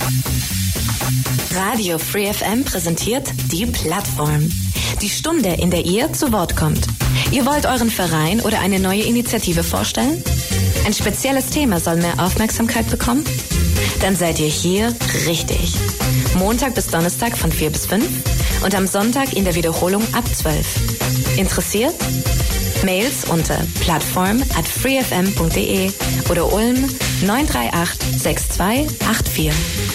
Radio Free FM präsentiert die Plattform. Die Stunde, in der ihr zu Wort kommt. Ihr wollt euren Verein oder eine neue Initiative vorstellen? Ein spezielles Thema soll mehr Aufmerksamkeit bekommen? Dann seid ihr hier richtig. Montag bis Donnerstag von 4 bis 5 und am Sonntag in der Wiederholung ab 12. Interessiert? Mails unter plattform@freefm.de oder Ulm 938 6284.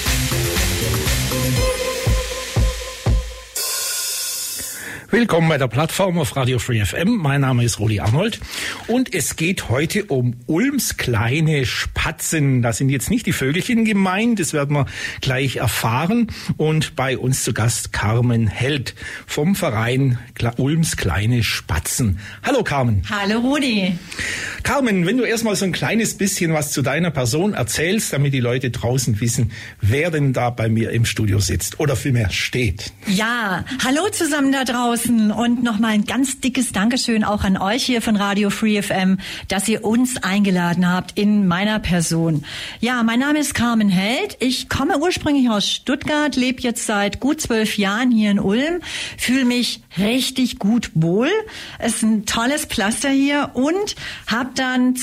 Willkommen bei der Plattform auf Radio Free FM. Mein Name ist Rudi Arnold und es geht heute um Ulms kleine Spatzen. Da sind jetzt nicht die Vögelchen gemeint, das werden wir gleich erfahren. Und bei uns zu Gast Carmen Held vom Verein Ulms kleine Spatzen. Hallo Carmen. Hallo Rudi. Carmen, wenn du erstmal so ein kleines bisschen was zu deiner Person erzählst, damit die Leute draußen wissen, wer denn da bei mir im Studio sitzt oder vielmehr steht. Ja, hallo zusammen da draußen. Und nochmal ein ganz dickes Dankeschön auch an euch hier von Radio Free FM, dass ihr uns eingeladen habt in meiner Person. Ja, mein Name ist Carmen Held. Ich komme ursprünglich aus Stuttgart, lebe jetzt seit gut 12 Jahren hier in Ulm, fühle mich richtig gut wohl. Es ist ein tolles Pflaster hier und habe dann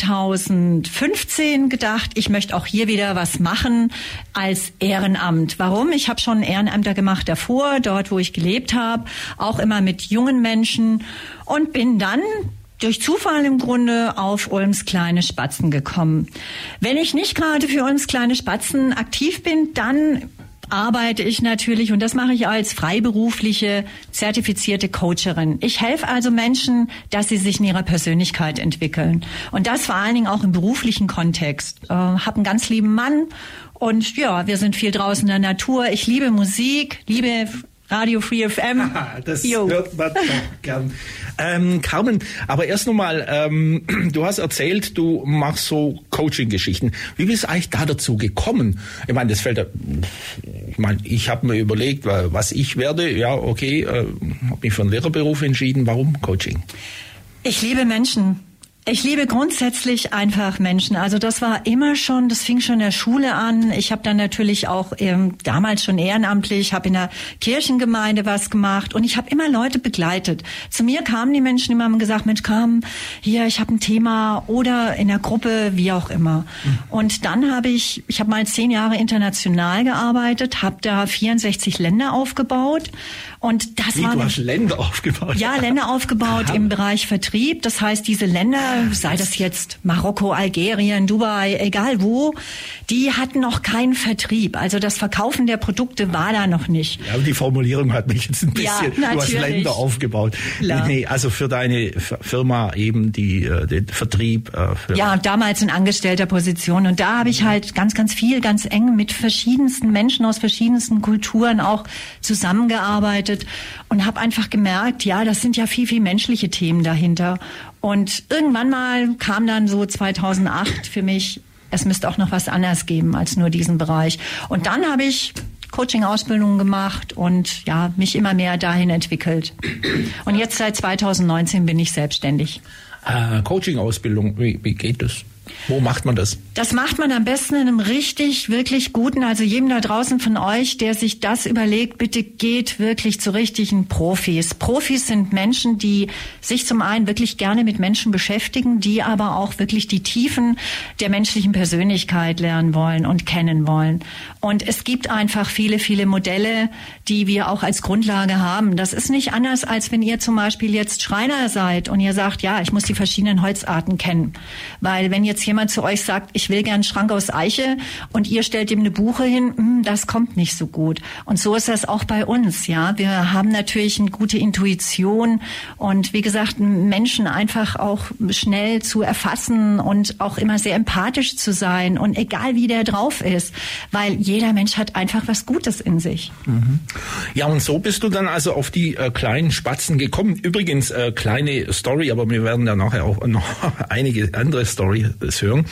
2015 gedacht, ich möchte auch hier wieder was machen als Ehrenamt. Warum? Ich habe schon Ehrenämter gemacht davor, dort wo ich gelebt habe, auch immer mit jungen Menschen und bin dann durch Zufall im Grunde auf Ulms kleine Spatzen gekommen. Wenn ich nicht gerade für Ulms kleine Spatzen aktiv bin, dann arbeite ich natürlich, und das mache ich als freiberufliche, zertifizierte Coacherin. Ich helfe also Menschen, dass sie sich in ihrer Persönlichkeit entwickeln. Und das vor allen Dingen auch im beruflichen Kontext. Habe einen ganz lieben Mann und ja, wir sind viel draußen in der Natur. Ich liebe Musik, liebe Radio Free FM. Das hört man doch gern. Carmen, aber erst nochmal, du hast erzählt, du machst so Coaching-Geschichten. Wie bist du eigentlich da dazu gekommen? Ich meine, ich habe mir überlegt, was ich werde. Ja, okay, habe mich für einen Lehrerberuf entschieden. Warum Coaching? Ich liebe Menschen. Ich liebe grundsätzlich einfach Menschen. Also das war immer schon, das fing schon in der Schule an. Ich habe dann natürlich auch damals schon ehrenamtlich, habe in der Kirchengemeinde was gemacht und ich habe immer Leute begleitet. Zu mir kamen die Menschen immer und haben gesagt, Mensch, Carmen, hier, ich habe ein Thema oder in der Gruppe, wie auch immer. Und dann habe ich mal 10 Jahre international gearbeitet, habe da 64 Länder aufgebaut. Und das du hast Länder aufgebaut? Ja, Länder aufgebaut im Bereich Vertrieb. Das heißt, diese Länder, sei das jetzt Marokko, Algerien, Dubai, egal wo, die hatten noch keinen Vertrieb. Also das Verkaufen der Produkte war da noch nicht. Ja, die Formulierung hat mich jetzt ein bisschen, du hast Länder aufgebaut. Nee, also für deine Firma eben den Vertrieb. Ja, damals in angestellter Position. Und da habe ich halt ganz, ganz viel, ganz eng mit verschiedensten Menschen aus verschiedensten Kulturen auch zusammengearbeitet. Und habe einfach gemerkt, ja, das sind ja viel, viel menschliche Themen dahinter. Und irgendwann mal kam dann so 2008 für mich, es müsste auch noch was anderes geben als nur diesen Bereich. Und dann habe ich Coaching-Ausbildungen gemacht und ja, mich immer mehr dahin entwickelt. Und jetzt seit 2019 bin ich selbstständig. Coaching-Ausbildung, wie geht das? Wo macht man das? Das macht man am besten in einem richtig, wirklich guten, also jedem da draußen von euch, der sich das überlegt, bitte geht wirklich zu richtigen Profis. Profis sind Menschen, die sich zum einen wirklich gerne mit Menschen beschäftigen, die aber auch wirklich die Tiefen der menschlichen Persönlichkeit lernen wollen und kennen wollen. Und es gibt einfach viele, viele Modelle, die wir auch als Grundlage haben. Das ist nicht anders, als wenn ihr zum Beispiel jetzt Schreiner seid und ihr sagt, ja, ich muss die verschiedenen Holzarten kennen. Weil wenn jetzt jemand zu euch sagt, ich will gern einen Schrank aus Eiche und ihr stellt ihm eine Buche hin, das kommt nicht so gut. Und so ist das auch bei uns, ja. Wir haben natürlich eine gute Intuition und wie gesagt, Menschen einfach auch schnell zu erfassen und auch immer sehr empathisch zu sein und egal wie der drauf ist, weil jeder Mensch hat einfach was Gutes in sich. Mhm. Ja, und so bist du dann also auf die kleinen Spatzen gekommen. Übrigens, kleine Story, aber wir werden da nachher auch noch einige andere Stories hören.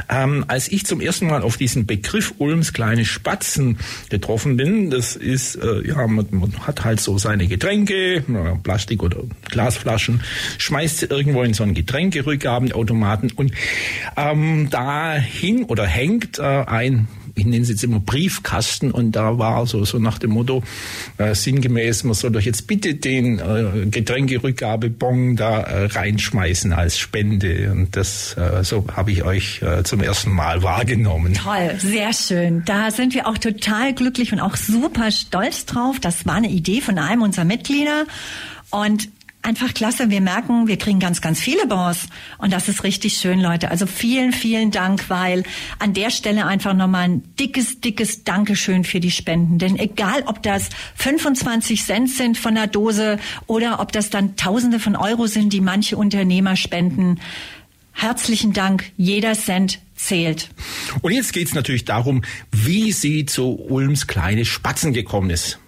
Als ich zum ersten Mal auf diesen Begriff Ulms kleine Spatzen getroffen bin, das ist, man hat halt so seine Getränke, Plastik- oder Glasflaschen, schmeißt sie irgendwo in so einen Getränkerückgabenautomaten und da hing oder hängt ein ich nenne es jetzt immer Briefkasten, und da war so nach dem Motto, sinngemäß, man soll doch jetzt bitte den Getränkerückgabebon da reinschmeißen als Spende, und das so habe ich euch zum ersten Mal wahrgenommen. Toll, sehr schön. Da sind wir auch total glücklich und auch super stolz drauf. Das war eine Idee von einem unserer Mitglieder und einfach klasse. Wir merken, wir kriegen ganz, ganz viele Bons und das ist richtig schön, Leute. Also vielen, vielen Dank, weil an der Stelle einfach nochmal ein dickes Dankeschön für die Spenden. Denn egal, ob das 25 Cent sind von der Dose oder ob das dann Tausende von Euro sind, die manche Unternehmer spenden, herzlichen Dank. Jeder Cent zählt. Und jetzt geht's natürlich darum, wie sie zu Ulms kleine Spatzen gekommen ist.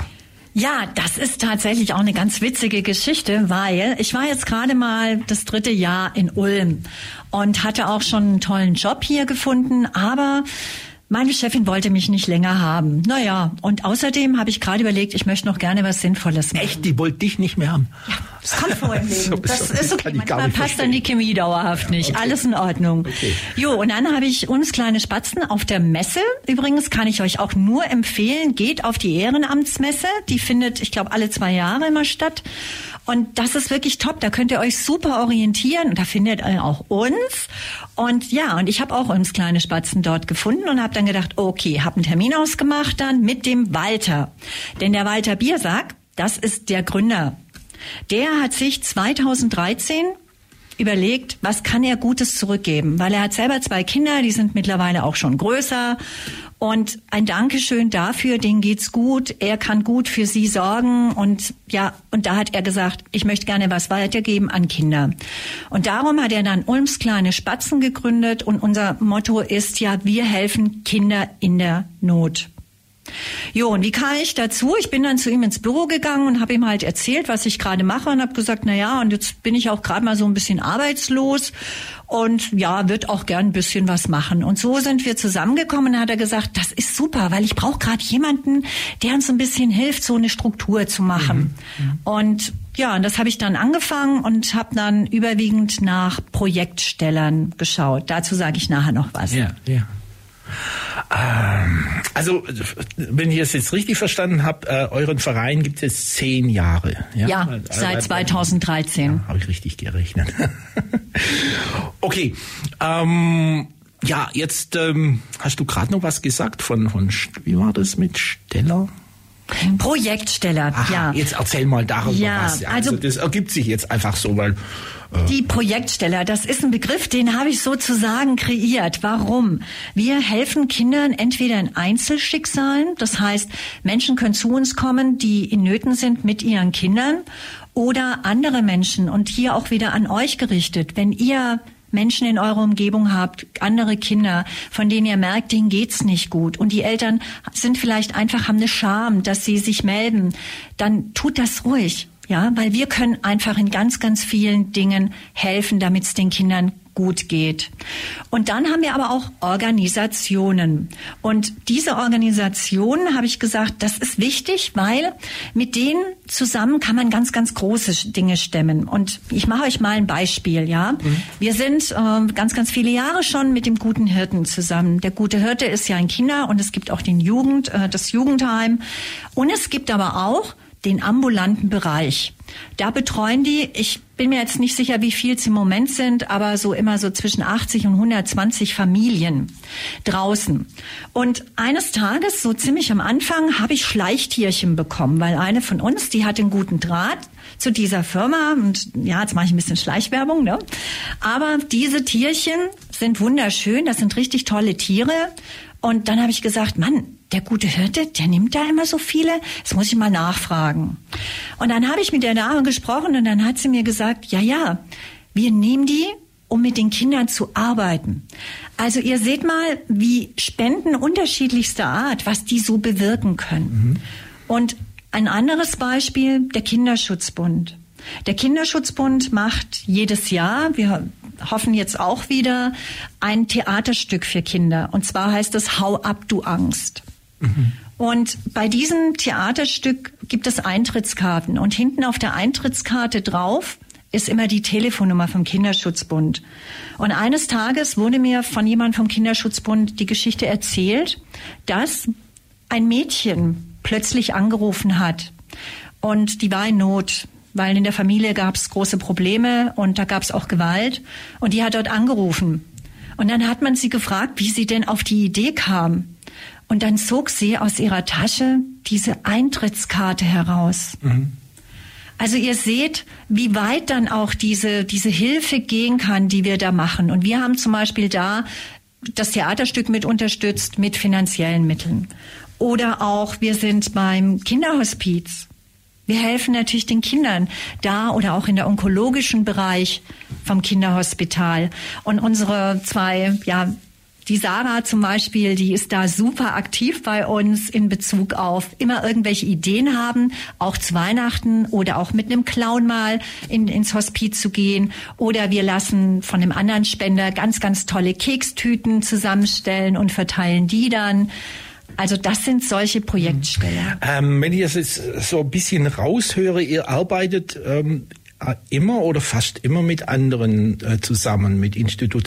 Ja, das ist tatsächlich auch eine ganz witzige Geschichte, weil ich war jetzt gerade mal das 3. Jahr in Ulm und hatte auch schon einen tollen Job hier gefunden, aber meine Chefin wollte mich nicht länger haben. Naja, und außerdem habe ich gerade überlegt, ich möchte noch gerne was Sinnvolles machen. Echt? Die wollte dich nicht mehr haben? Ja, das kommt vor im Leben. Das ist okay. Manchmal passt dann die Chemie dauerhaft nicht. Okay. Alles in Ordnung. Okay. Jo, und dann habe ich uns kleine Spatzen auf der Messe. Übrigens kann ich euch auch nur empfehlen, geht auf die Ehrenamtsmesse. Die findet, ich glaube, alle 2 Jahre immer statt. Und das ist wirklich top. Da könnt ihr euch super orientieren. Und da findet ihr auch uns. Und ja, und ich habe auch uns kleine Spatzen dort gefunden und habe dann gedacht, okay, habe einen Termin ausgemacht dann mit dem Walter. Denn der Walter Biersack, das ist der Gründer. Der hat sich 2013 überlegt, was kann er Gutes zurückgeben? Weil er hat selber 2 Kinder, die sind mittlerweile auch schon größer. Und ein Dankeschön dafür, denen geht's gut, er kann gut für sie sorgen und ja, und da hat er gesagt, ich möchte gerne was weitergeben an Kinder. Und darum hat er dann Ulms kleine Spatzen gegründet und unser Motto ist ja, wir helfen Kinder in der Not. Jo, und wie kam ich dazu? Ich bin dann zu ihm ins Büro gegangen und habe ihm halt erzählt, was ich gerade mache und habe gesagt, na ja, und jetzt bin ich auch gerade mal so ein bisschen arbeitslos und ja, wird auch gern ein bisschen was machen. Und so sind wir zusammengekommen und hat er gesagt, das ist super, weil ich brauche gerade jemanden, der uns ein bisschen hilft, so eine Struktur zu machen. Und ja, und das habe ich dann angefangen und habe dann überwiegend nach Projektstellern geschaut. Dazu sage ich nachher noch was. Ja. Also, wenn ich es jetzt richtig verstanden habe, euren Verein gibt es 10 Jahre. Ja, seit 2013. Ja, habe ich richtig gerechnet. Okay, ja, jetzt hast du gerade noch was gesagt von wie war das mit Steller? Projektsteller, Aha, ja. Jetzt erzähl mal darüber was. Also das ergibt sich jetzt einfach so, weil die Projektsteller, das ist ein Begriff, den habe ich sozusagen kreiert. Warum? Wir helfen Kindern entweder in Einzelschicksalen, das heißt, Menschen können zu uns kommen, die in Nöten sind mit ihren Kindern, oder andere Menschen, und hier auch wieder an euch gerichtet, wenn ihr Menschen in eurer Umgebung habt, andere Kinder, von denen ihr merkt, denen geht's nicht gut und die Eltern sind vielleicht einfach, haben eine Scham, dass sie sich melden, dann tut das ruhig, ja, weil wir können einfach in ganz, ganz vielen Dingen helfen, damit es den Kindern gut geht. Und dann haben wir aber auch Organisationen. Und diese Organisationen, habe ich gesagt, das ist wichtig, weil mit denen zusammen kann man ganz, ganz große Dinge stemmen. Und ich mache euch mal ein Beispiel, ja. Wir sind ganz, ganz viele Jahre schon mit dem Guten Hirten zusammen. Der Gute Hirte ist ja ein Kinder- und es gibt auch das Jugendheim. Und es gibt aber auch den ambulanten Bereich. Da betreuen die, ich bin mir jetzt nicht sicher, wie viel es im Moment sind, aber so immer so zwischen 80 und 120 Familien draußen. Und eines Tages, so ziemlich am Anfang, habe ich Schleichtierchen bekommen, weil eine von uns, die hat einen guten Draht zu dieser Firma und ja, jetzt mache ich ein bisschen Schleichwerbung, ne? Aber diese Tierchen sind wunderschön, das sind richtig tolle Tiere. Und dann habe ich gesagt, Mann, der Gute Hirte, der nimmt da immer so viele, das muss ich mal nachfragen. Und dann habe ich mit der Dame gesprochen und dann hat sie mir gesagt, ja, wir nehmen die, um mit den Kindern zu arbeiten. Also ihr seht mal, wie Spenden unterschiedlichster Art, was die so bewirken können. Und ein anderes Beispiel, der Kinderschutzbund. Der Kinderschutzbund macht jedes Jahr, wir hoffen jetzt auch wieder, ein Theaterstück für Kinder. Und zwar heißt es Hau ab, du Angst. Und bei diesem Theaterstück gibt es Eintrittskarten. Und hinten auf der Eintrittskarte drauf ist immer die Telefonnummer vom Kinderschutzbund. Und eines Tages wurde mir von jemandem vom Kinderschutzbund die Geschichte erzählt, dass ein Mädchen plötzlich angerufen hat. Und die war in Not, weil in der Familie gab es große Probleme und da gab es auch Gewalt. Und die hat dort angerufen. Und dann hat man sie gefragt, wie sie denn auf die Idee kam. Und dann zog sie aus ihrer Tasche diese Eintrittskarte heraus. Mhm. Also ihr seht, wie weit dann auch diese Hilfe gehen kann, die wir da machen. Und wir haben zum Beispiel da das Theaterstück mit unterstützt mit finanziellen Mitteln. Oder auch, wir sind beim Kinderhospiz. Wir helfen natürlich den Kindern da oder auch in der onkologischen Bereich vom Kinderhospital. Und unsere zwei, die Sarah zum Beispiel, die ist da super aktiv bei uns in Bezug auf immer irgendwelche Ideen haben, auch zu Weihnachten oder auch mit einem Clown mal ins Hospiz zu gehen. Oder wir lassen von einem anderen Spender ganz, ganz tolle Kekstüten zusammenstellen und verteilen die dann. Also das sind solche Projektsteller. Wenn ich das jetzt so ein bisschen raushöre, ihr arbeitet immer oder fast immer mit anderen zusammen, mit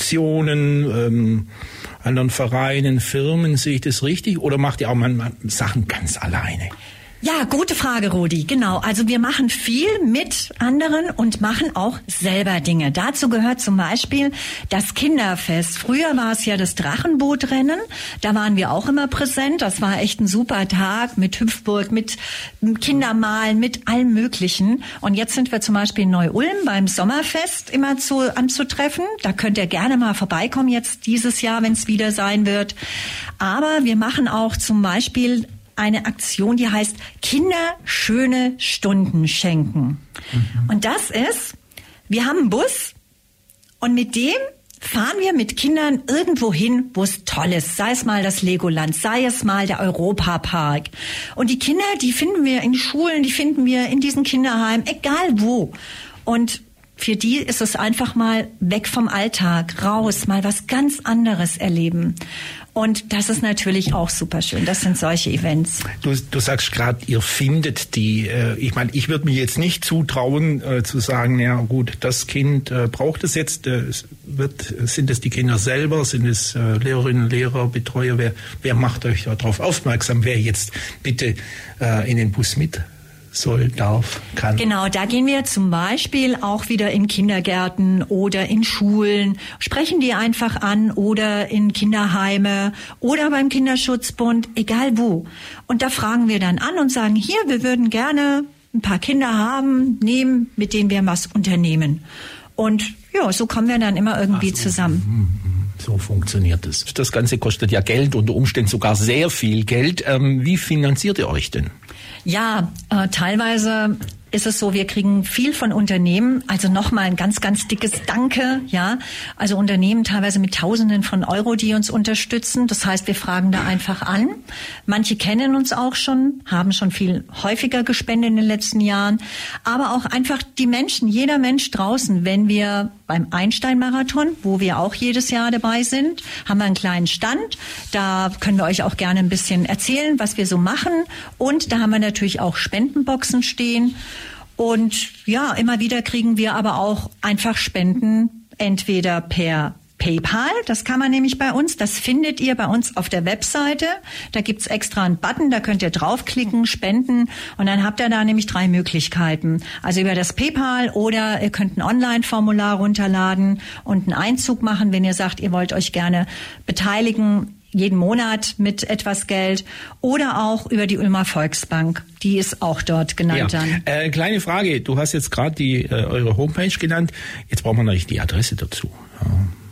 Institutionen, anderen Vereinen, Firmen, sehe ich das richtig? Oder macht ihr auch manchmal Sachen ganz alleine? Ja, gute Frage, Rudi. Genau. Also wir machen viel mit anderen und machen auch selber Dinge. Dazu gehört zum Beispiel das Kinderfest. Früher war es ja das Drachenbootrennen. Da waren wir auch immer präsent. Das war echt ein super Tag mit Hüpfburg, mit Kindermalen, mit allem Möglichen. Und jetzt sind wir zum Beispiel in Neu-Ulm beim Sommerfest immer anzutreffen. Da könnt ihr gerne mal vorbeikommen jetzt dieses Jahr, wenn es wieder sein wird. Aber wir machen auch zum Beispiel eine Aktion, die heißt Kinder schöne Stunden schenken. Mhm. Und das ist, wir haben einen Bus und mit dem fahren wir mit Kindern irgendwo hin, wo es toll ist. Sei es mal das Legoland, sei es mal der Europapark. Und die Kinder, die finden wir in Schulen, die finden wir in diesen Kinderheimen, egal wo. Und für die ist es einfach mal weg vom Alltag, raus, mal was ganz anderes erleben. Und das ist natürlich auch super schön. Das sind solche Events. Du sagst gerade, ihr findet die. Ich meine, ich würde mir jetzt nicht zutrauen, zu sagen, ja gut, das Kind braucht es jetzt. Sind es die Kinder selber? Sind es Lehrerinnen, Lehrer, Betreuer? Wer macht euch darauf aufmerksam, wer jetzt bitte in den Bus mit soll, darf, kann? Genau, da gehen wir zum Beispiel auch wieder in Kindergärten oder in Schulen, sprechen die einfach an oder in Kinderheime oder beim Kinderschutzbund, egal wo. Und da fragen wir dann an und sagen, hier, wir würden gerne ein paar Kinder nehmen, mit denen wir was unternehmen. Und ja, so kommen wir dann immer irgendwie zusammen. So funktioniert es. Das Ganze kostet ja Geld, unter Umständen sogar sehr viel Geld. Wie finanziert ihr euch denn? Ja, teilweise ist es so, wir kriegen viel von Unternehmen, also nochmal ein ganz, ganz dickes Danke, ja. Also Unternehmen teilweise mit Tausenden von Euro, die uns unterstützen. Das heißt, wir fragen da einfach an. Manche kennen uns auch schon, haben schon viel häufiger gespendet in den letzten Jahren. Aber auch einfach die Menschen, jeder Mensch draußen, wenn wir beim Einstein-Marathon, wo wir auch jedes Jahr dabei sind, haben wir einen kleinen Stand. Da können wir euch auch gerne ein bisschen erzählen, was wir so machen. Und da haben wir natürlich auch Spendenboxen stehen. Und ja, immer wieder kriegen wir aber auch einfach Spenden, entweder per PayPal, das kann man nämlich bei uns, das findet ihr bei uns auf der Webseite. Da gibt's extra einen Button, da könnt ihr draufklicken, spenden und dann habt ihr da nämlich 3 Möglichkeiten. Also über das PayPal oder ihr könnt ein Online-Formular runterladen und einen Einzug machen, wenn ihr sagt, ihr wollt euch gerne beteiligen, jeden Monat mit etwas Geld oder auch über die Ulmer Volksbank. Die ist auch dort genannt dann. Kleine Frage, du hast jetzt gerade eure Homepage genannt. Jetzt brauchen wir natürlich die Adresse dazu. Ja.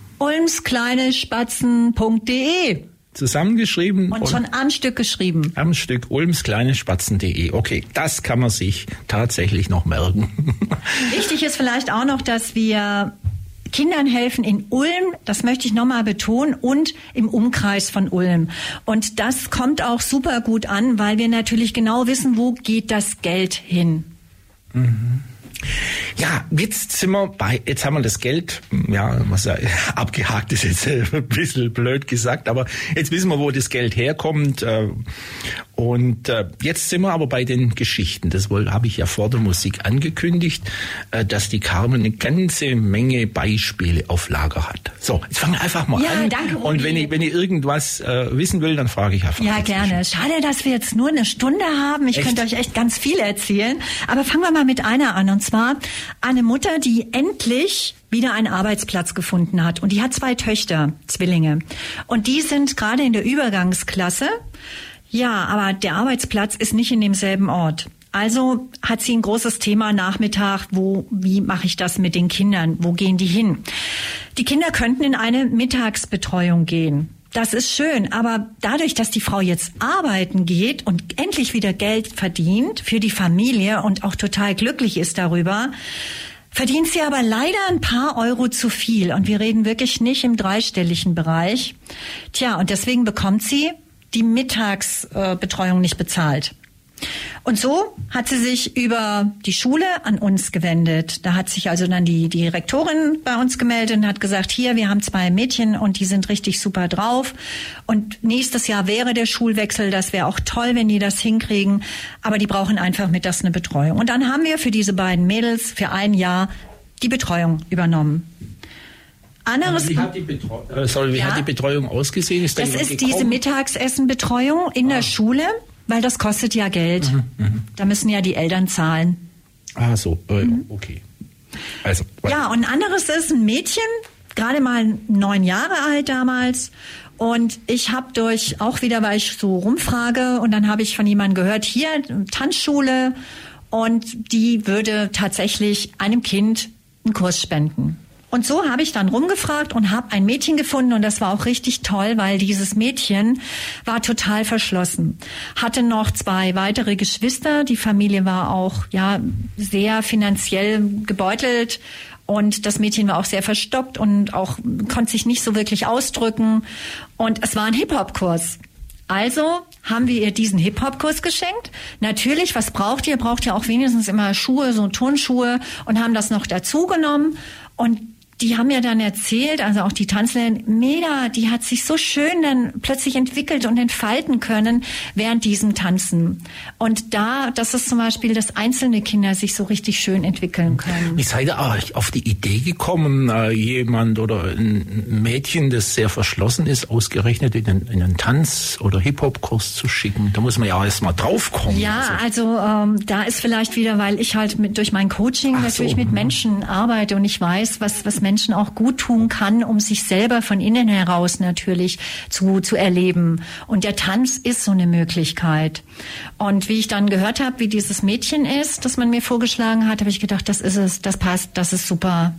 ulmskleinespatzen.de Zusammengeschrieben. Und schon am Stück geschrieben. Am Stück ulmskleinespatzen.de. Okay, das kann man sich tatsächlich noch merken. Wichtig ist vielleicht auch noch, dass wir Kindern helfen in Ulm, das möchte ich nochmal betonen, und im Umkreis von Ulm. Und das kommt auch super gut an, weil wir natürlich genau wissen, wo geht das Geld hin. Mhm. Ja, jetzt haben wir das Geld, ja, was ja abgehakt ist jetzt ein bisschen blöd gesagt, aber jetzt wissen wir, wo das Geld herkommt. Und jetzt sind wir aber bei den Geschichten. Das habe ich ja vor der Musik angekündigt, dass die Carmen eine ganze Menge Beispiele auf Lager hat. So, jetzt fangen wir einfach mal an. Danke, Rudi. Und wenn ich irgendwas wissen will, dann frage ich einfach. Ja, gerne. Schade, dass wir jetzt nur eine Stunde haben. Ich könnte euch echt ganz viel erzählen. Aber fangen wir mal mit einer an. Und zwar eine Mutter, die endlich wieder einen Arbeitsplatz gefunden hat. Und die hat 2 Töchter, Zwillinge. Und die sind gerade in der Übergangsklasse. Ja, aber der Arbeitsplatz ist nicht in demselben Ort. Also hat sie ein großes Thema Nachmittag, wie mache ich das mit den Kindern? Wo gehen die hin? Die Kinder könnten in eine Mittagsbetreuung gehen. Das ist schön, aber dadurch, dass die Frau jetzt arbeiten geht und endlich wieder Geld verdient für die Familie und auch total glücklich ist darüber, verdient sie aber leider ein paar Euro zu viel. Und wir reden wirklich nicht im dreistelligen Bereich. Tja, und deswegen bekommt sie die Mittagsbetreuung nicht bezahlt. Und so hat sie sich über die Schule an uns gewendet. Da hat sich also dann die Rektorin bei uns gemeldet und hat gesagt, hier, wir haben 2 Mädchen und die sind richtig super drauf. Und nächstes Jahr wäre der Schulwechsel, das wäre auch toll, wenn die das hinkriegen. Aber die brauchen einfach mittags eine Betreuung. Und dann haben wir für diese beiden Mädels für ein Jahr die Betreuung übernommen. Wie hat die Betreuung ausgesehen? Das ist diese Mittagsessenbetreuung in der Schule, weil das kostet ja Geld. Da müssen ja die Eltern zahlen. Ah, so, okay. Also, ja, und ein anderes ist ein Mädchen, gerade mal 9 Jahre alt damals. Und ich habe weil ich so rumfrage, und dann habe ich von jemandem gehört, hier, Tanzschule, und die würde tatsächlich einem Kind einen Kurs spenden. Und so habe ich dann rumgefragt und habe ein Mädchen gefunden, und das war auch richtig toll, weil dieses Mädchen war total verschlossen. Hatte noch 2 weitere Geschwister. Die Familie war auch sehr finanziell gebeutelt, und das Mädchen war auch sehr verstockt und auch konnte sich nicht so wirklich ausdrücken. Und es war ein Hip-Hop-Kurs. Also haben wir ihr diesen Hip-Hop-Kurs geschenkt. Natürlich, was braucht ihr? Braucht ihr auch wenigstens immer Schuhe, so Turnschuhe, und haben das noch dazu genommen. Und die haben mir dann erzählt, also auch die Tanzlehrerin, Meda, die hat sich so schön dann plötzlich entwickelt und entfalten können während diesem Tanzen. Und das ist zum Beispiel, dass einzelne Kinder sich so richtig schön entwickeln können. Wie seid ihr auf die Idee gekommen, jemand oder ein Mädchen, das sehr verschlossen ist, ausgerechnet in einen Tanz- oder Hip-Hop-Kurs zu schicken? Da muss man ja erst mal drauf kommen. Ja, also da ist vielleicht wieder, weil ich halt durch mein Coaching natürlich mit Menschen arbeite und ich weiß, was Menschen auch gut tun kann, um sich selber von innen heraus natürlich zu erleben. Und der Tanz ist so eine Möglichkeit. Und wie ich dann gehört habe, wie dieses Mädchen ist, das man mir vorgeschlagen hat, habe ich gedacht, das ist es, das passt, das ist super.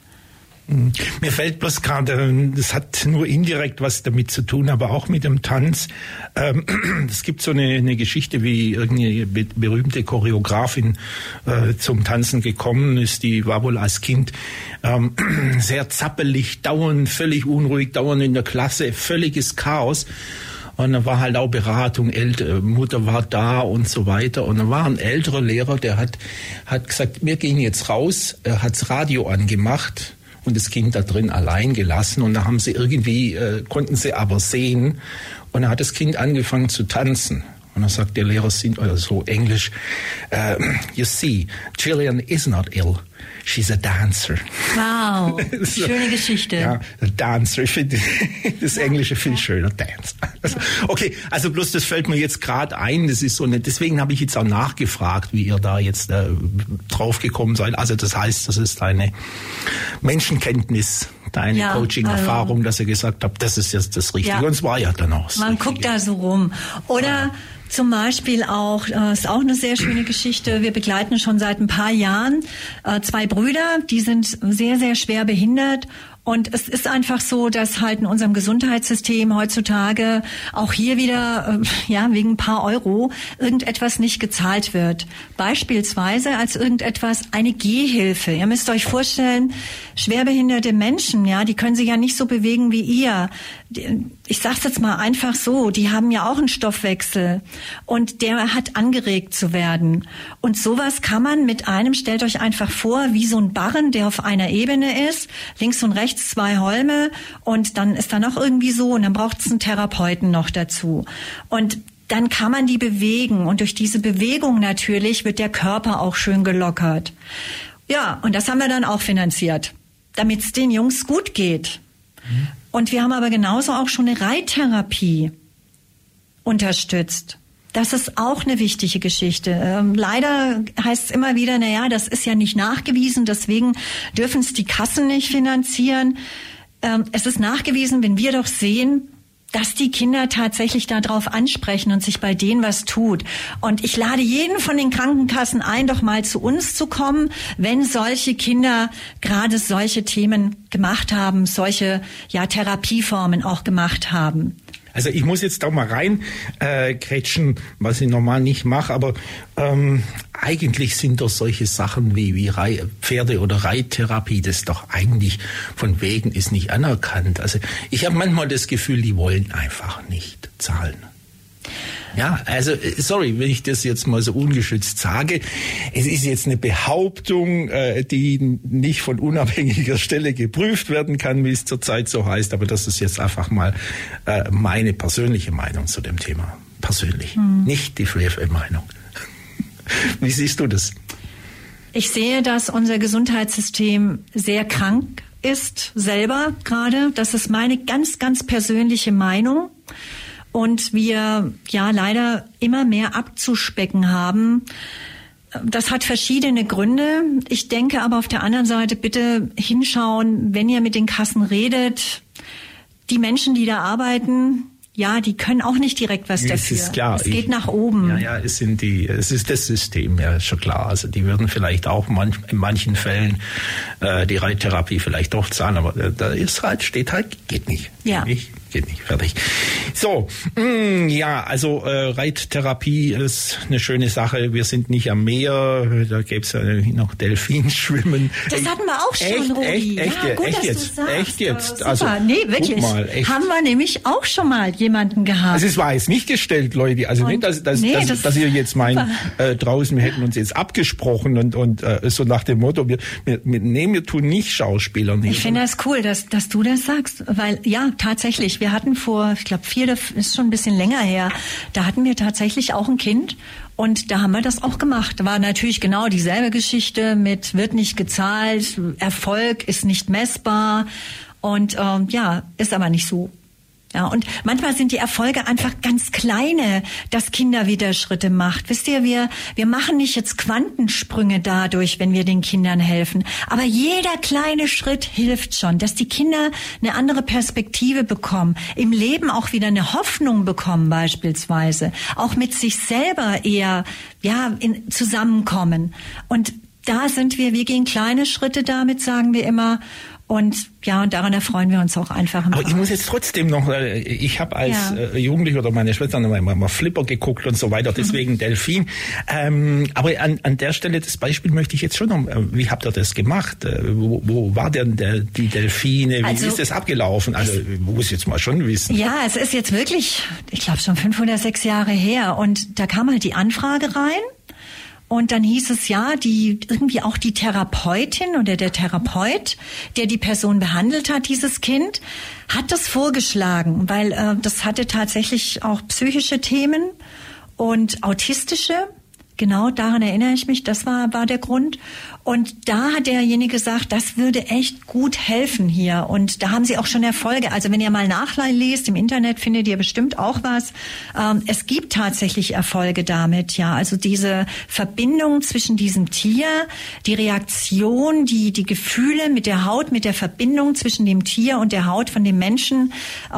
Mir fällt bloß gerade, das hat nur indirekt was damit zu tun, aber auch mit dem Tanz. Es gibt so eine Geschichte, wie irgendeine berühmte Choreografin zum Tanzen gekommen ist. Die war wohl als Kind sehr zappelig, dauernd völlig unruhig, dauernd in der Klasse, völliges Chaos. Und dann war halt auch Beratung, Mutter war da und so weiter. Und dann war ein älterer Lehrer, der hat gesagt, wir gehen jetzt raus. Er hat's Radio angemacht und das Kind da drin allein gelassen. Und da haben sie konnten sie aber sehen. Und dann hat das Kind angefangen zu tanzen. Und dann sagt der Lehrer so Englisch, you see, Gillian is not ill. She's a dancer. Wow, schöne Geschichte. Ja, Dancer. Ich finde das Englische viel schöner. Dance. Okay, also bloß das fällt mir jetzt gerade ein. Das ist so eine. Deswegen habe ich jetzt auch nachgefragt, wie ihr da jetzt drauf gekommen seid. Also das heißt, das ist deine Menschenkenntnis, deine Coaching-Erfahrung, dass ihr gesagt habt, das ist jetzt das Richtige. Und es war ja dann auch so. Man guckt da so rum. Oder zum Beispiel auch, ist auch eine sehr schöne Geschichte. Wir begleiten schon seit ein paar Jahren 2 Brüder, die sind sehr, sehr schwer behindert. Und es ist einfach so, dass halt in unserem Gesundheitssystem heutzutage auch hier wieder, wegen ein paar Euro irgendetwas nicht gezahlt wird. Beispielsweise als eine Gehhilfe. Ihr müsst euch vorstellen, schwerbehinderte Menschen, die können sich ja nicht so bewegen wie ihr. Ich sag's jetzt mal einfach so, die haben ja auch einen Stoffwechsel und der hat angeregt zu werden. Und sowas kann man stellt euch einfach vor, wie so ein Barren, der auf einer Ebene ist, links und rechts 2 Holme und dann ist da noch irgendwie so und dann braucht es einen Therapeuten noch dazu. Und dann kann man die bewegen. Und durch diese Bewegung natürlich wird der Körper auch schön gelockert. Ja, und das haben wir dann auch finanziert, damit es den Jungs gut geht. Und wir haben aber genauso auch schon eine Reittherapie unterstützt. Das ist auch eine wichtige Geschichte. Leider heißt es immer wieder, das ist ja nicht nachgewiesen, deswegen dürfen es die Kassen nicht finanzieren. Es ist nachgewiesen, wenn wir doch sehen, dass die Kinder tatsächlich darauf ansprechen und sich bei denen was tut. Und ich lade jeden von den Krankenkassen ein, doch mal zu uns zu kommen, wenn solche Kinder gerade solche Themen gemacht haben, solche Therapieformen auch gemacht haben. Also ich muss jetzt da mal rein grätschen, was ich normal nicht mache, aber eigentlich sind doch solche Sachen wie Pferde- oder Reittherapie, das doch eigentlich von wegen ist nicht anerkannt. Also ich habe manchmal das Gefühl, die wollen einfach nicht zahlen. Ja, also sorry, wenn ich das jetzt mal so ungeschützt sage. Es ist jetzt eine Behauptung, die nicht von unabhängiger Stelle geprüft werden kann, wie es zurzeit so heißt. Aber das ist jetzt einfach mal meine persönliche Meinung zu dem Thema. Persönlich, nicht die Free FM-Meinung. Wie siehst du das? Ich sehe, dass unser Gesundheitssystem sehr krank ist, selber gerade. Das ist meine ganz, ganz persönliche Meinung. Und wir leider immer mehr abzuspecken haben. Das hat verschiedene Gründe. Ich denke aber auf der anderen Seite bitte hinschauen, wenn ihr mit den Kassen redet. Die Menschen, die da arbeiten, die können auch nicht direkt was dafür. Es ist klar. Es geht nach oben. Ja, es ist das System, ja, schon klar. Also die würden vielleicht auch in manchen Fällen die Reittherapie vielleicht doch zahlen, aber da ist steht geht nicht. Ja. Geht nicht, fertig. So, also Reittherapie ist eine schöne Sache. Wir sind nicht am Meer, da gäbe es ja noch Delfinschwimmen. Das hatten wir auch schon, Rudi. Echt jetzt? Super. Also, nee, wirklich. Mal, haben wir nämlich auch schon mal jemanden gehabt. Also es war jetzt nicht gestellt, Leute. Also nicht, dass ihr jetzt meint, draußen, wir hätten uns jetzt abgesprochen und so nach dem Motto, wir tun nicht Schauspielern. Ich finde das cool, dass du das sagst, weil tatsächlich, wir hatten vor, ich glaube, ist schon ein bisschen länger her, da hatten wir tatsächlich auch ein Kind und da haben wir das auch gemacht. War natürlich genau dieselbe Geschichte mit wird nicht gezahlt, Erfolg ist nicht messbar und ist aber nicht so. Ja, und manchmal sind die Erfolge einfach ganz kleine, dass Kinder wieder Schritte macht. Wisst ihr, wir machen nicht jetzt Quantensprünge dadurch, wenn wir den Kindern helfen. Aber jeder kleine Schritt hilft schon, dass die Kinder eine andere Perspektive bekommen, im Leben auch wieder eine Hoffnung bekommen beispielsweise, auch mit sich selber eher zusammenkommen. Und da sind wir gehen kleine Schritte damit, sagen wir immer. Und daran erfreuen wir uns auch einfach. Aber ich muss jetzt trotzdem noch, ich habe als Jugendlicher oder meine Schwester mal Flipper geguckt und so weiter, deswegen Delfin. Aber an der Stelle, das Beispiel möchte ich jetzt schon noch, wie habt ihr das gemacht? Wo war denn die Delfine? Wie ist das abgelaufen? Also ich muss jetzt mal schon wissen. Ja, es ist jetzt wirklich, ich glaube schon 5 oder 6 Jahre her und da kam halt die Anfrage rein. Und dann hieß es die Therapeutin oder der Therapeut, der die Person behandelt hat, dieses Kind, hat das vorgeschlagen, weil das hatte tatsächlich auch psychische Themen und autistische. Genau, daran erinnere ich mich, das war der Grund. Und da hat derjenige gesagt, das würde echt gut helfen hier. Und da haben sie auch schon Erfolge. Also wenn ihr mal nachlest, im Internet findet ihr bestimmt auch was. Es gibt tatsächlich Erfolge damit, ja. Also diese Verbindung zwischen diesem Tier, die Reaktion, die Gefühle mit der Haut, mit der Verbindung zwischen dem Tier und der Haut von dem Menschen,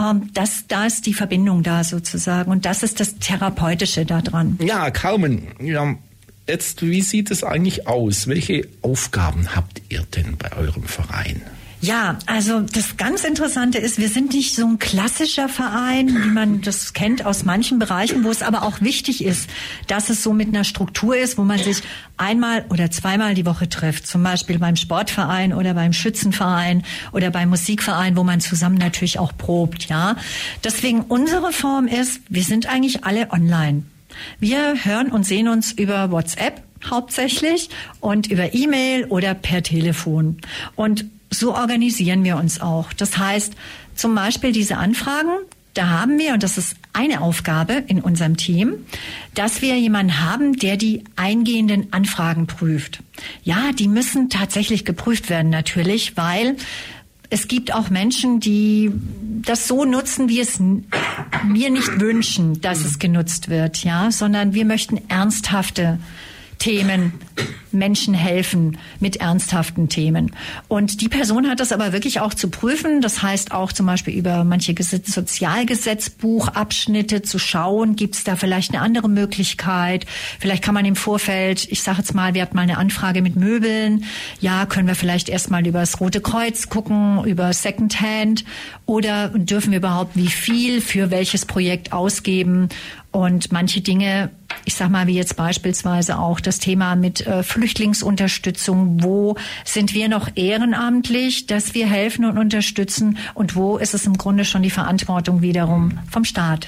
da ist die Verbindung da sozusagen. Und das ist das Therapeutische daran. Ja, Carmen, jetzt, wie sieht es eigentlich aus? Welche Aufgaben habt ihr denn bei eurem Verein? Ja, also das ganz Interessante ist, wir sind nicht so ein klassischer Verein, wie man das kennt aus manchen Bereichen, wo es aber auch wichtig ist, dass es so mit einer Struktur ist, wo man sich einmal oder zweimal die Woche trifft. Zum Beispiel beim Sportverein oder beim Schützenverein oder beim Musikverein, wo man zusammen natürlich auch probt, ja. Deswegen unsere Form ist, wir sind eigentlich alle online. Wir hören und sehen uns über WhatsApp hauptsächlich und über E-Mail oder per Telefon. Und so organisieren wir uns auch. Das heißt, zum Beispiel diese Anfragen, da haben wir, und das ist eine Aufgabe in unserem Team, dass wir jemanden haben, der die eingehenden Anfragen prüft. Ja, die müssen tatsächlich geprüft werden natürlich, weil es gibt auch Menschen, die das so nutzen, wie es wir nicht wünschen, dass es genutzt wird, ja, sondern wir möchten ernsthafte Themen, Menschen helfen mit ernsthaften Themen. Und die Person hat das aber wirklich auch zu prüfen. Das heißt auch zum Beispiel über manche Sozialgesetzbuchabschnitte zu schauen, gibt es da vielleicht eine andere Möglichkeit? Vielleicht kann man im Vorfeld, ich sage jetzt mal, wir hatten mal eine Anfrage mit Möbeln. Ja, können wir vielleicht erstmal über das Rote Kreuz gucken, über Secondhand, oder dürfen wir überhaupt wie viel für welches Projekt ausgeben? Und manche Dinge, ich sag mal, wie jetzt beispielsweise auch das Thema mit Flüchtlingsunterstützung. Wo sind wir noch ehrenamtlich, dass wir helfen und unterstützen? Und wo ist es im Grunde schon die Verantwortung wiederum vom Staat?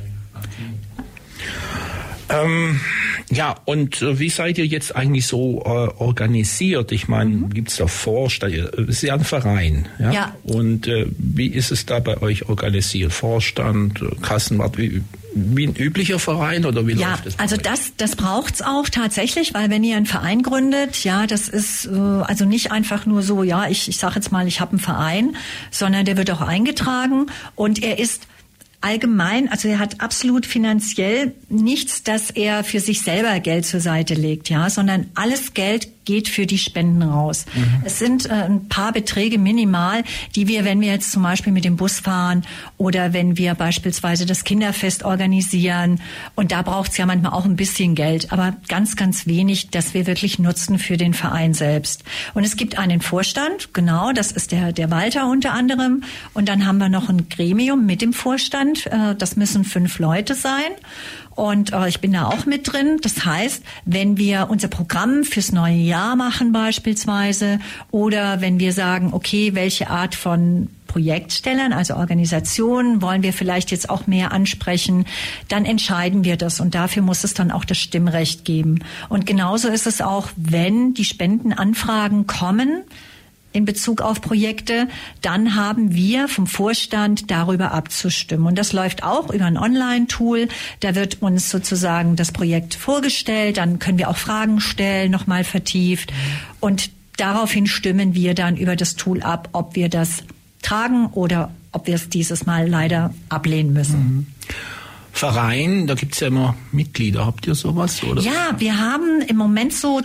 Ja, und wie seid ihr jetzt eigentlich so organisiert? Ich meine, gibt's da Vorstand? Es ist ja ein Verein. Ja? Ja. Und wie ist es da bei euch organisiert? Vorstand, Kassenwart, wie ein üblicher Verein oder wie läuft es? Ja, also das braucht's auch tatsächlich, weil wenn ihr einen Verein gründet, ja, das ist also nicht einfach nur so, ja, ich sage jetzt mal, ich habe einen Verein, sondern der wird auch eingetragen und er ist allgemein, also er hat absolut finanziell nichts, dass er für sich selber Geld zur Seite legt, ja, sondern alles Geld geht für die Spenden raus. Es sind ein paar Beträge minimal, die wir, wenn wir jetzt zum Beispiel mit dem Bus fahren oder wenn wir beispielsweise das Kinderfest organisieren, und da braucht es ja manchmal auch ein bisschen Geld, aber ganz, ganz wenig, dass wir wirklich nutzen für den Verein selbst. Und es gibt einen Vorstand, genau, das ist der Walter unter anderem, und dann haben wir noch ein Gremium mit dem Vorstand, das müssen 5 Leute sein. Und ich bin da auch mit drin. Das heißt, wenn wir unser Programm fürs neue Jahr machen beispielsweise, oder wenn wir sagen, okay, welche Art von Projektstellern, also Organisationen, wollen wir vielleicht jetzt auch mehr ansprechen, dann entscheiden wir das. Und dafür muss es dann auch das Stimmrecht geben. Und genauso ist es auch, wenn die Spendenanfragen kommen in Bezug auf Projekte, dann haben wir vom Vorstand darüber abzustimmen. Und das läuft auch über ein Online-Tool. Da wird uns sozusagen das Projekt vorgestellt. Dann können wir auch Fragen stellen, nochmal vertieft. Und daraufhin stimmen wir dann über das Tool ab, ob wir das tragen oder ob wir es dieses Mal leider ablehnen müssen. Verein, da gibt's ja immer Mitglieder. Habt ihr sowas? Oder? Ja, wir haben im Moment so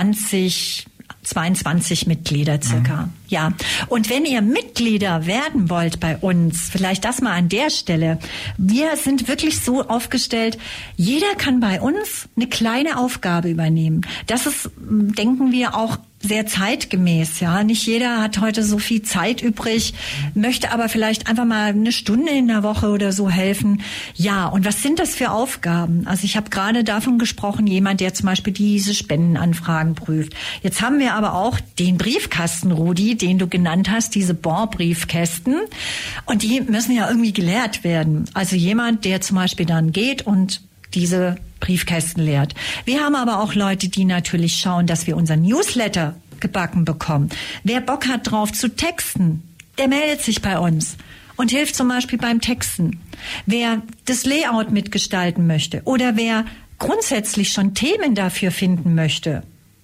22 Mitglieder circa. Ja. Und wenn ihr Mitglieder werden wollt bei uns, vielleicht das mal an der Stelle. Wir sind wirklich so aufgestellt, jeder kann bei uns eine kleine Aufgabe übernehmen. Das ist, denken wir, auch sehr zeitgemäß, ja. Nicht jeder hat heute so viel Zeit übrig, möchte aber vielleicht einfach mal eine Stunde in der Woche oder so helfen. Ja, und was sind das für Aufgaben? Also ich habe gerade davon gesprochen, jemand, der zum Beispiel diese Spendenanfragen prüft. Jetzt haben wir aber auch den Briefkasten, Rudi, den du genannt hast, diese Bon-Briefkästen. Und die müssen ja irgendwie geleert werden. Also jemand, der zum Beispiel dann geht und diese Briefkästen leert. Wir haben aber auch Leute, die natürlich schauen, dass wir unseren Newsletter gebacken bekommen. Wer Bock hat drauf zu texten, der meldet sich bei uns und hilft zum Beispiel beim Texten. Wer das Layout mitgestalten möchte oder wer grundsätzlich schon Themen dafür finden möchte.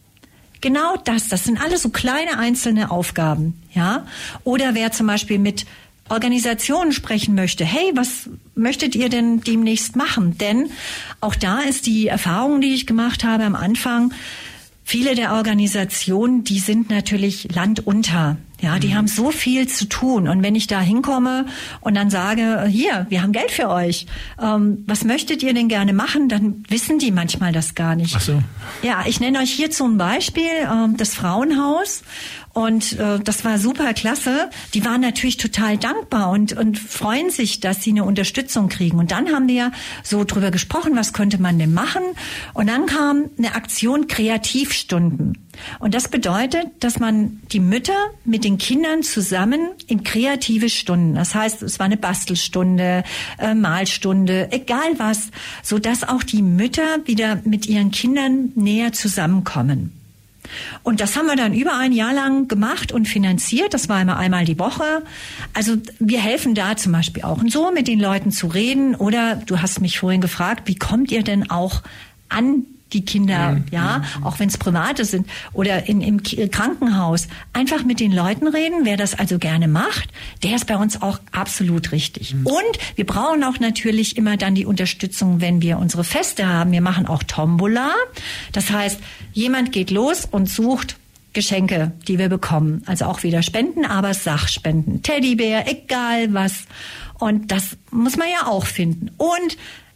Genau das sind alles so kleine einzelne Aufgaben, ja. Oder wer zum Beispiel mit Organisationen sprechen möchte. Hey, was möchtet ihr denn demnächst machen? Denn auch da ist die Erfahrung, die ich gemacht habe am Anfang, viele der Organisationen, die sind natürlich landunter. Ja, die haben so viel zu tun. Und wenn ich da hinkomme und dann sage, hier, wir haben Geld für euch, was möchtet ihr denn gerne machen, dann wissen die manchmal das gar nicht. Ach so. Ja, ich nenne euch hier zum Beispiel das Frauenhaus. Und das war super klasse. Die waren natürlich total dankbar und freuen sich, dass sie eine Unterstützung kriegen. Und dann haben wir so drüber gesprochen, was könnte man denn machen? Und dann kam eine Aktion Kreativstunden. Und das bedeutet, dass man die Mütter mit den Kindern zusammen in kreative Stunden, das heißt, es war eine Bastelstunde, Malstunde, egal was, so dass auch die Mütter wieder mit ihren Kindern näher zusammenkommen. Und das haben wir dann über ein Jahr lang gemacht und finanziert. Das war immer einmal die Woche. Also wir helfen da zum Beispiel auch. Und so mit den Leuten zu reden. Oder du hast mich vorhin gefragt, wie kommt ihr denn auch an die Kinder, auch wenn es private sind oder im Krankenhaus, einfach mit den Leuten reden. Wer das also gerne macht, der ist bei uns auch absolut richtig. Und wir brauchen auch natürlich immer dann die Unterstützung, wenn wir unsere Feste haben. Wir machen auch Tombola. Das heißt, jemand geht los und sucht Geschenke, die wir bekommen. Also auch wieder Spenden, aber Sachspenden. Teddybär, egal was. Und das muss man ja auch finden. Und.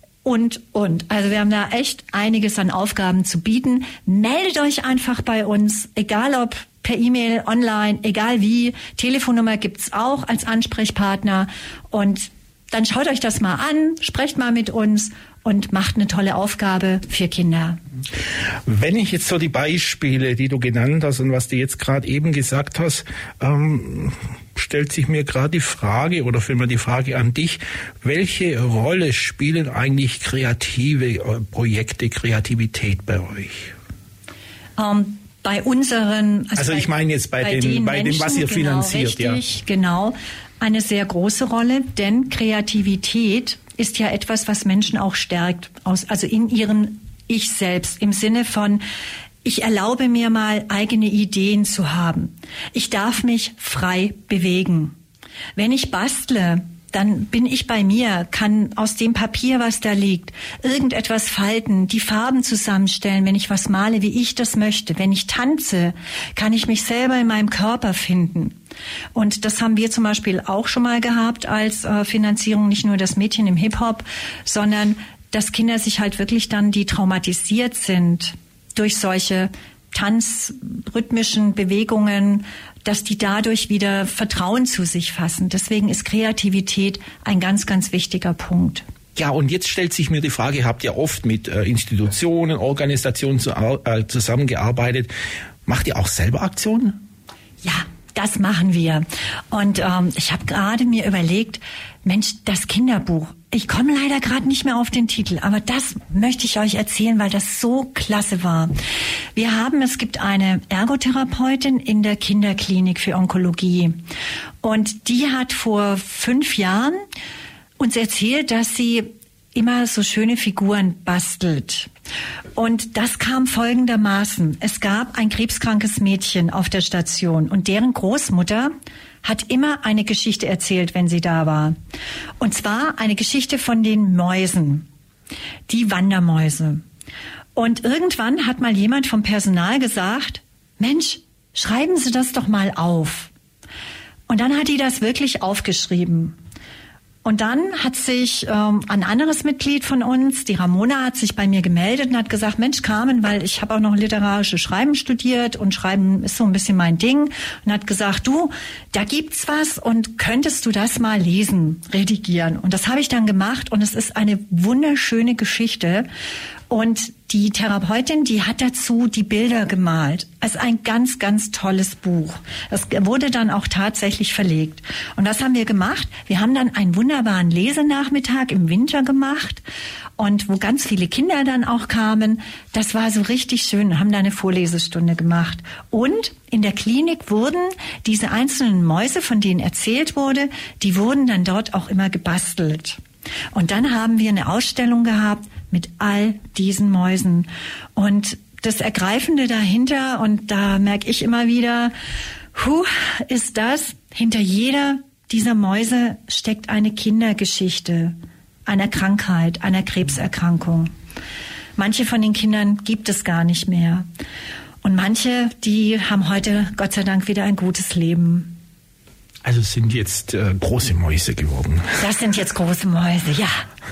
Also wir haben da echt einiges an Aufgaben zu bieten. Meldet euch einfach bei uns, egal ob per E-Mail, online, egal wie. Telefonnummer gibt's auch als Ansprechpartner. Und dann schaut euch das mal an, sprecht mal mit uns und macht eine tolle Aufgabe für Kinder. Wenn ich jetzt so die Beispiele, die du genannt hast und was du jetzt gerade eben gesagt hast, stellt sich mir gerade die Frage oder vielmehr die Frage an dich, welche Rolle spielen eigentlich kreative Projekte, Kreativität bei euch? Bei unseren... Also ich meine jetzt bei dem, was ihr finanziert. Richtig, genau. Eine sehr große Rolle, denn Kreativität ist ja etwas, was Menschen auch stärkt, also in ihren Ich selbst, im Sinne von, ich erlaube mir mal, eigene Ideen zu haben. Ich darf mich frei bewegen. Wenn ich bastle, dann bin ich bei mir, kann aus dem Papier, was da liegt, irgendetwas falten, die Farben zusammenstellen, wenn ich was male, wie ich das möchte. Wenn ich tanze, kann ich mich selber in meinem Körper finden. Und das haben wir zum Beispiel auch schon mal gehabt als Finanzierung, nicht nur das Mädchen im Hip-Hop, sondern dass Kinder sich halt wirklich dann, die traumatisiert sind durch solche tanzrhythmischen Bewegungen, dass die dadurch wieder Vertrauen zu sich fassen. Deswegen ist Kreativität ein ganz, ganz wichtiger Punkt. Ja, und jetzt stellt sich mir die Frage, habt ihr oft mit Institutionen, Organisationen zusammengearbeitet? Macht ihr auch selber Aktionen? Ja, das machen wir. Und ich habe gerade mir überlegt, Mensch, das Kinderbuch, ich komme leider gerade nicht mehr auf den Titel, aber das möchte ich euch erzählen, weil das so klasse war. Es gibt eine Ergotherapeutin in der Kinderklinik für Onkologie und die hat vor 5 Jahren uns erzählt, dass sie immer so schöne Figuren bastelt. Und das kam folgendermaßen. Es gab ein krebskrankes Mädchen auf der Station und deren Großmutter hat immer eine Geschichte erzählt, wenn sie da war. Und zwar eine Geschichte von den Mäusen, die Wandermäuse. Und irgendwann hat mal jemand vom Personal gesagt, Mensch, schreiben Sie das doch mal auf. Und dann hat die das wirklich aufgeschrieben. Und dann hat sich ein anderes Mitglied von uns, die Ramona, hat sich bei mir gemeldet und hat gesagt, Mensch Carmen, weil ich habe auch noch literarische Schreiben studiert und Schreiben ist so ein bisschen mein Ding. Und hat gesagt, du, da gibt's was und könntest du das mal lesen, redigieren. Und das habe ich dann gemacht und es ist eine wunderschöne Geschichte. Und die Therapeutin, die hat dazu die Bilder gemalt. Also ein ganz, ganz tolles Buch. Das wurde dann auch tatsächlich verlegt. Und das haben wir gemacht. Wir haben dann einen wunderbaren Lesenachmittag im Winter gemacht. Und wo ganz viele Kinder dann auch kamen. Das war so richtig schön. Haben da eine Vorlesestunde gemacht. Und in der Klinik wurden diese einzelnen Mäuse, von denen erzählt wurde, die wurden dann dort auch immer gebastelt. Und dann haben wir eine Ausstellung gehabt mit all diesen Mäusen. Und das Ergreifende dahinter, und da merke ich immer wieder, ist das, hinter jeder dieser Mäuse steckt eine Kindergeschichte, einer Krankheit, einer Krebserkrankung. Manche von den Kindern gibt es gar nicht mehr. Und manche, die haben heute Gott sei Dank wieder ein gutes Leben. Also es sind jetzt große Mäuse geworden. Das sind jetzt große Mäuse, ja.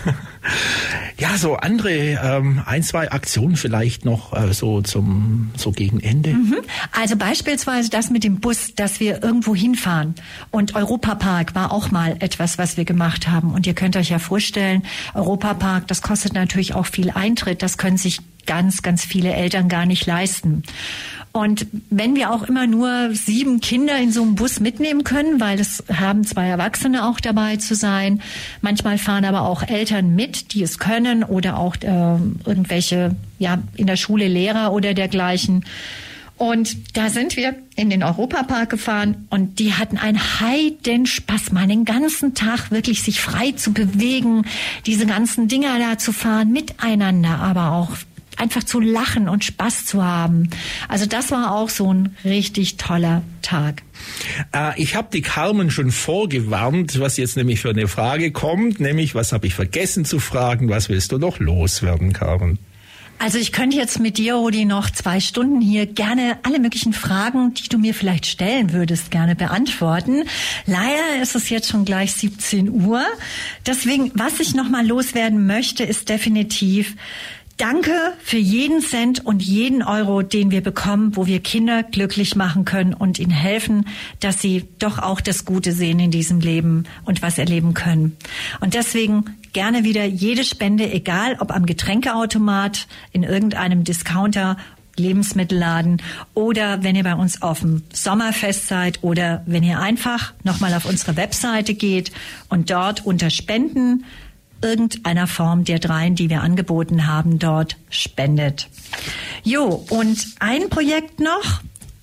Ja, so andere 1, 2 Aktionen vielleicht noch so gegen Ende. Also beispielsweise das mit dem Bus, dass wir irgendwo hinfahren. Und Europapark war auch mal etwas, was wir gemacht haben. Und ihr könnt euch ja vorstellen, Europapark, das kostet natürlich auch viel Eintritt. Das können sich ganz, ganz viele Eltern gar nicht leisten. Und wenn wir auch immer nur 7 Kinder in so einem Bus mitnehmen können, weil es haben 2 Erwachsene auch dabei zu sein. Manchmal fahren aber auch Eltern mit, die es können oder auch irgendwelche, ja, in der Schule Lehrer oder dergleichen. Und da sind wir in den Europapark gefahren und die hatten einen Heidenspaß, mal den ganzen Tag wirklich sich frei zu bewegen, diese ganzen Dinger da zu fahren, miteinander, aber auch einfach zu lachen und Spaß zu haben. Also das war auch so ein richtig toller Tag. Ich habe die Carmen schon vorgewarnt, was jetzt nämlich für eine Frage kommt, nämlich was habe ich vergessen zu fragen, was willst du noch loswerden, Carmen? Also ich könnte jetzt mit dir, Rudi, noch 2 Stunden hier gerne alle möglichen Fragen, die du mir vielleicht stellen würdest, gerne beantworten. Leider ist es jetzt schon gleich 17 Uhr. Deswegen, was ich noch mal loswerden möchte, ist definitiv: Danke für jeden Cent und jeden Euro, den wir bekommen, wo wir Kinder glücklich machen können und ihnen helfen, dass sie doch auch das Gute sehen in diesem Leben und was erleben können. Und deswegen gerne wieder jede Spende, egal ob am Getränkeautomat, in irgendeinem Discounter, Lebensmittelladen oder wenn ihr bei uns auf dem Sommerfest seid oder wenn ihr einfach nochmal auf unsere Webseite geht und dort unter Spenden irgendeiner Form der 3, die wir angeboten haben, dort spendet. Jo, und ein Projekt noch,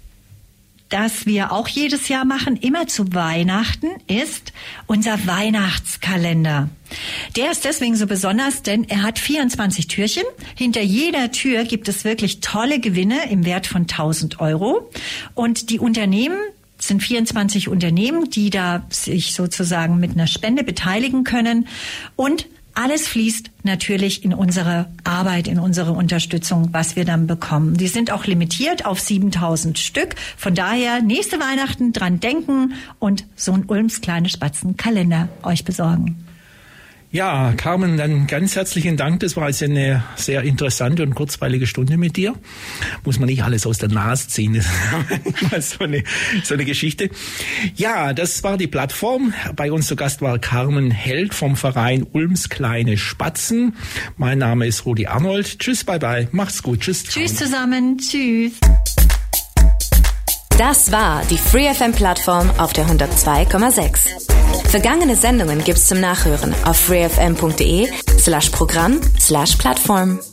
das wir auch jedes Jahr machen, immer zu Weihnachten, ist unser Weihnachtskalender. Der ist deswegen so besonders, denn er hat 24 Türchen. Hinter jeder Tür gibt es wirklich tolle Gewinne im Wert von 1.000 Euro. Und die Unternehmen, es sind 24 Unternehmen, die da sich sozusagen mit einer Spende beteiligen können. Und alles fließt natürlich in unsere Arbeit, in unsere Unterstützung, was wir dann bekommen. Die sind auch limitiert auf 7.000 Stück. Von daher nächste Weihnachten dran denken und so einen Ulms kleine Spatzenkalender euch besorgen. Ja, Carmen, dann ganz herzlichen Dank. Das war jetzt eine sehr interessante und kurzweilige Stunde mit dir. Muss man nicht alles aus der Nase ziehen. Das ist so eine Geschichte. Ja, das war die Plattform. Bei uns zu Gast war Carmen Held vom Verein Ulms kleine Spatzen. Mein Name ist Rudi Arnold. Tschüss, bye bye. Macht's gut. Tschüss. Tschüss zusammen. Tschüss. Das war die FreeFM-Plattform auf der 102,6. Vergangene Sendungen gibt's zum Nachhören auf freefm.de/Programm/Plattform.